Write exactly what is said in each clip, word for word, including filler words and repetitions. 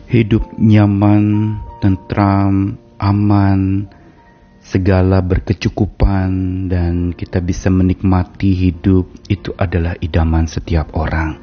Hidup nyaman, tentram, aman, segala berkecukupan, dan kita bisa menikmati hidup, itu adalah idaman setiap orang.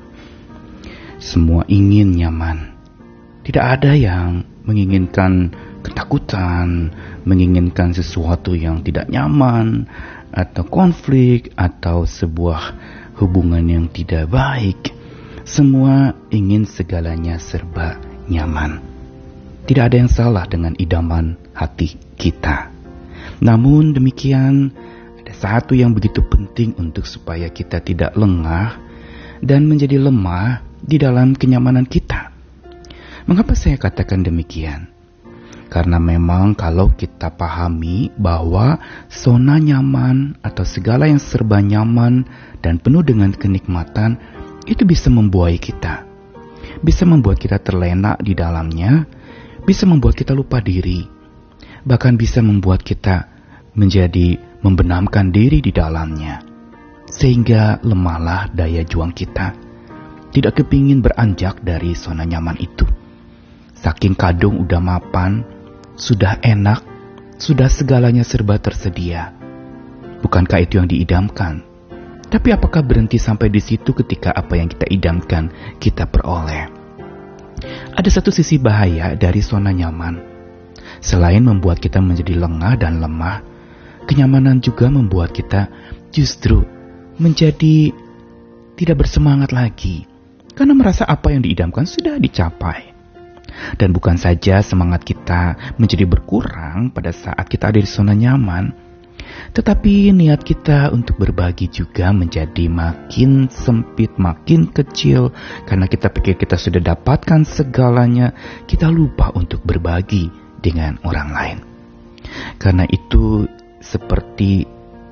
Semua ingin nyaman. Tidak ada yang menginginkan ketakutan, menginginkan sesuatu yang tidak nyaman, atau konflik, atau sebuah hubungan yang tidak baik. Semua ingin segalanya serba nyaman. Tidak ada yang salah dengan idaman hati kita. Namun demikian, ada satu yang begitu penting untuk supaya kita tidak lengah dan menjadi lemah di dalam kenyamanan kita. Mengapa saya katakan demikian? Karena memang kalau kita pahami bahwa zona nyaman atau segala yang serba nyaman dan penuh dengan kenikmatan itu bisa membuai kita. Bisa membuat kita terlena di dalamnya, bisa membuat kita lupa diri, bahkan bisa membuat kita menjadi membenamkan diri di dalamnya, sehingga lemahlah daya juang kita. Tidak kepingin beranjak dari zona nyaman itu. Saking kadung udah mapan, sudah enak, sudah segalanya serba tersedia. Bukankah itu yang diidamkan? Tapi apakah berhenti sampai di situ ketika apa yang kita idamkan kita peroleh? Ada satu sisi bahaya dari zona nyaman. Selain membuat kita menjadi lengah dan lemah, kenyamanan juga membuat kita justru menjadi tidak bersemangat lagi. Karena merasa apa yang diidamkan sudah dicapai. Dan bukan saja semangat kita menjadi berkurang pada saat kita ada di zona nyaman, tetapi niat kita untuk berbagi juga menjadi makin sempit, makin kecil. Karena kita pikir kita sudah dapatkan segalanya, kita lupa untuk berbagi dengan orang lain. Karena itu seperti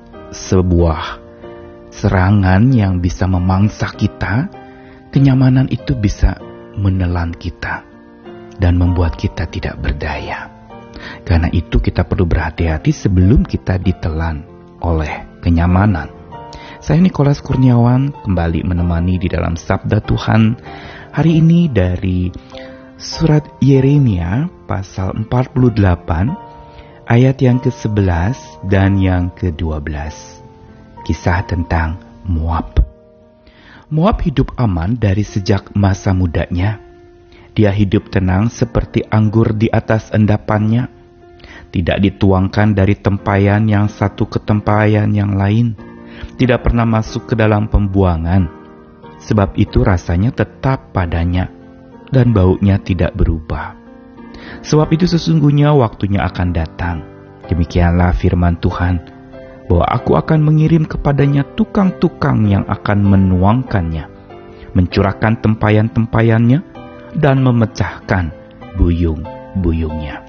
sebuah serangan yang bisa memangsa kita. Kenyamanan itu bisa menelan kita dan membuat kita tidak berdaya. Karena itu kita perlu berhati-hati sebelum kita ditelan oleh kenyamanan. Saya Nikolas Kurniawan kembali menemani di dalam Sabda Tuhan hari ini dari surat Yeremia pasal empat puluh delapan ayat yang ke sebelas dan yang ke dua belas. Kisah tentang Moab. Moab hidup aman dari sejak masa mudanya. Dia hidup tenang seperti anggur di atas endapannya. Tidak dituangkan dari tempayan yang satu ke tempayan yang lain. Tidak pernah masuk ke dalam pembuangan. Sebab itu rasanya tetap padanya. Dan baunya tidak berubah. Sebab itu sesungguhnya waktunya akan datang. Demikianlah firman Tuhan. Bahwa aku akan mengirim kepadanya tukang-tukang yang akan menuangkannya. Mencurahkan tempayan-tempayannya. Dan memecahkan buyung-buyungnya.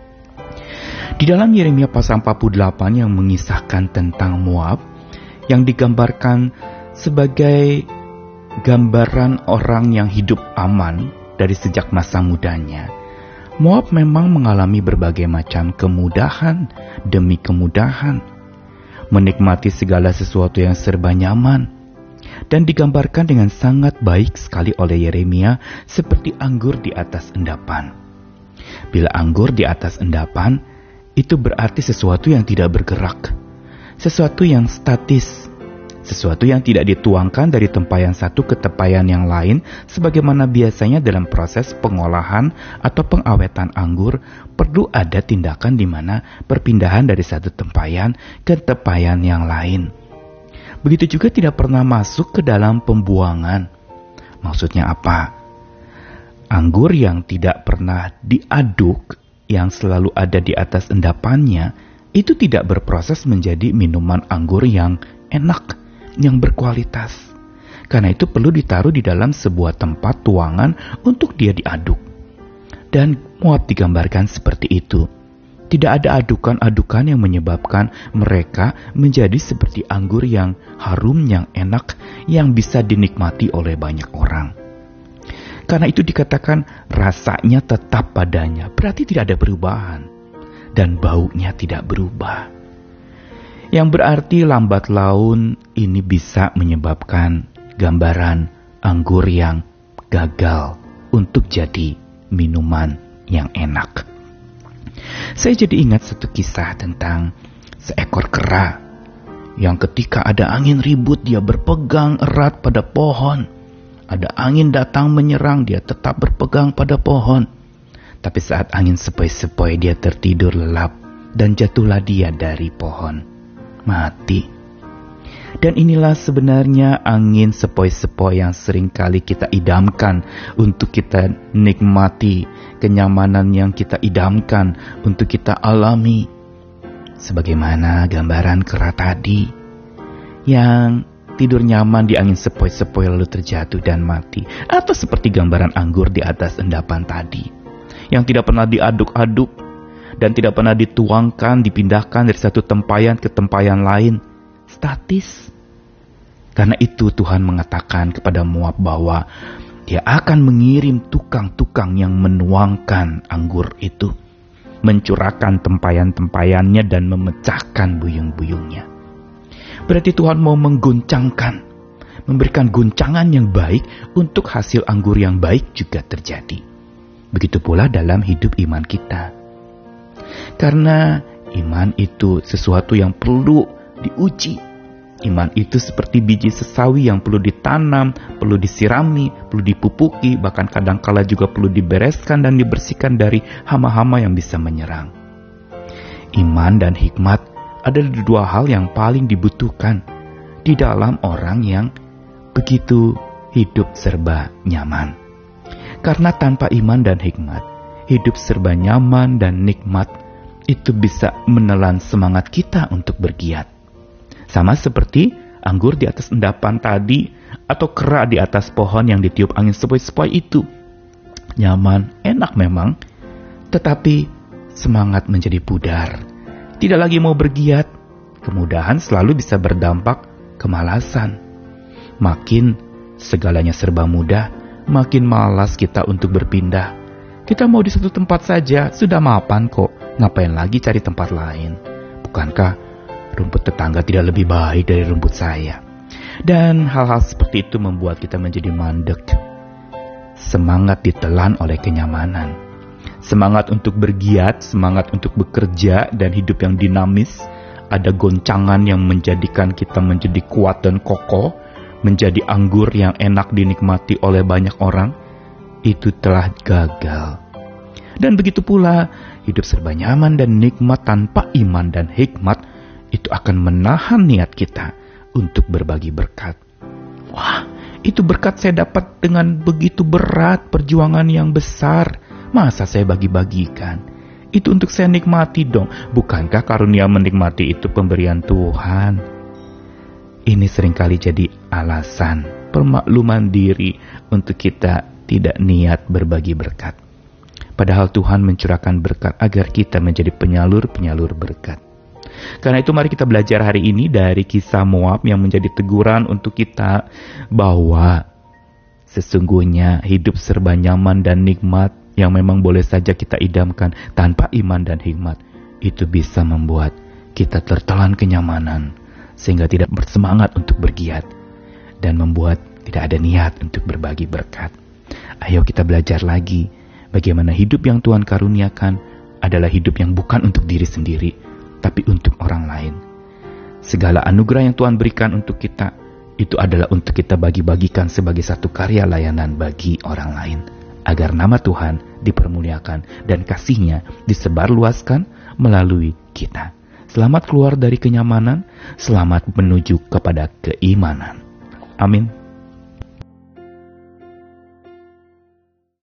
Di dalam Yeremia pasal empat puluh delapan yang mengisahkan tentang Moab, yang digambarkan sebagai gambaran orang yang hidup aman dari sejak masa mudanya. Moab memang mengalami berbagai macam kemudahan demi kemudahan, menikmati segala sesuatu yang serba nyaman, dan digambarkan dengan sangat baik sekali oleh Yeremia seperti anggur di atas endapan. Bila anggur di atas endapan, itu berarti sesuatu yang tidak bergerak, sesuatu yang statis, sesuatu yang tidak dituangkan dari tempayan satu ke tempayan yang lain, sebagaimana biasanya dalam proses pengolahan atau pengawetan anggur, perlu ada tindakan di mana perpindahan dari satu tempayan ke tempayan yang lain. Begitu juga tidak pernah masuk ke dalam pembuangan. Maksudnya apa? Anggur yang tidak pernah diaduk, yang selalu ada di atas endapannya, itu tidak berproses menjadi minuman anggur yang enak, yang berkualitas. Karena itu perlu ditaruh di dalam sebuah tempat tuangan untuk dia diaduk. Dan Moab digambarkan seperti itu. Tidak ada adukan-adukan yang menyebabkan mereka menjadi seperti anggur yang harum, yang enak, yang bisa dinikmati oleh banyak orang. Karena itu dikatakan rasanya tetap padanya, berarti tidak ada perubahan. Dan baunya tidak berubah. Yang berarti lambat laun ini bisa menyebabkan gambaran anggur yang gagal untuk jadi minuman yang enak. Saya jadi ingat satu kisah tentang seekor kera yang ketika ada angin ribut dia berpegang erat pada pohon. Ada angin datang menyerang, dia tetap berpegang pada pohon. Tapi saat angin sepoi-sepoi dia tertidur lelap dan jatuhlah dia dari pohon. Mati. Dan inilah sebenarnya angin sepoi-sepoi yang sering kali kita idamkan untuk kita nikmati, kenyamanan yang kita idamkan untuk kita alami. Sebagaimana gambaran kera tadi yang tidur nyaman di angin sepoi-sepoi lalu terjatuh dan mati. Atau seperti gambaran anggur di atas endapan tadi yang tidak pernah diaduk-aduk dan tidak pernah dituangkan, dipindahkan dari satu tempayan ke tempayan lain. Statis. Karena itu Tuhan mengatakan kepada Moab bahwa Dia akan mengirim tukang-tukang yang menuangkan anggur itu, mencurahkan tempayan-tempayannya dan memecahkan buyung-buyungnya. Berarti Tuhan mau mengguncangkan, memberikan guncangan yang baik untuk hasil anggur yang baik juga terjadi. Begitu pula dalam hidup iman kita. Karena iman itu sesuatu yang perlu diuji. Iman itu seperti biji sesawi yang perlu ditanam, perlu disirami, perlu dipupuki, bahkan kadangkala juga perlu dibereskan dan dibersihkan dari hama-hama yang bisa menyerang. Iman dan hikmat adalah dua hal yang paling dibutuhkan di dalam orang yang begitu hidup serba nyaman. Karena tanpa iman dan hikmat, hidup serba nyaman dan nikmat itu bisa menelan semangat kita untuk bergiat. Sama seperti anggur di atas endapan tadi atau kera di atas pohon yang ditiup angin sepoi-sepoi itu. Nyaman, enak memang, tetapi semangat menjadi pudar. Tidak lagi mau bergiat, kemudahan selalu bisa berdampak kemalasan. Makin segalanya serba mudah, makin malas kita untuk berpindah. Kita mau di satu tempat saja, sudah mapan kok, ngapain lagi cari tempat lain? Bukankah rumput tetangga tidak lebih baik dari rumput saya? Dan hal-hal seperti itu membuat kita menjadi mandek. Semangat ditelan oleh kenyamanan. Semangat untuk bergiat, semangat untuk bekerja dan hidup yang dinamis. Ada goncangan yang menjadikan kita menjadi kuat dan kokoh, menjadi anggur yang enak dinikmati oleh banyak orang. Itu telah gagal. Dan begitu pula hidup serba nyaman dan nikmat tanpa iman dan hikmat itu akan menahan niat kita untuk berbagi berkat. Wah, itu berkat saya dapat dengan begitu berat, perjuangan yang besar. Masa saya bagi-bagikan? Itu untuk saya nikmati dong. Bukankah karunia menikmati itu pemberian Tuhan? Ini seringkali jadi alasan, pemakluman diri untuk kita tidak niat berbagi berkat. Padahal Tuhan mencurahkan berkat agar kita menjadi penyalur-penyalur berkat. Karena itu mari kita belajar hari ini dari kisah Moab yang menjadi teguran untuk kita bahwa sesungguhnya hidup serba nyaman dan nikmat yang memang boleh saja kita idamkan tanpa iman dan hikmat itu bisa membuat kita tertelan kenyamanan sehingga tidak bersemangat untuk bergiat dan membuat tidak ada niat untuk berbagi berkat. Ayo kita belajar lagi bagaimana hidup yang Tuhan karuniakan adalah hidup yang bukan untuk diri sendiri, tapi untuk orang lain. Segala anugerah yang Tuhan berikan untuk kita, itu adalah untuk kita bagi-bagikan sebagai satu karya layanan bagi orang lain. Agar nama Tuhan dipermuliakan dan kasih-Nya disebarluaskan melalui kita. Selamat keluar dari kenyamanan, selamat menuju kepada keimanan. Amin.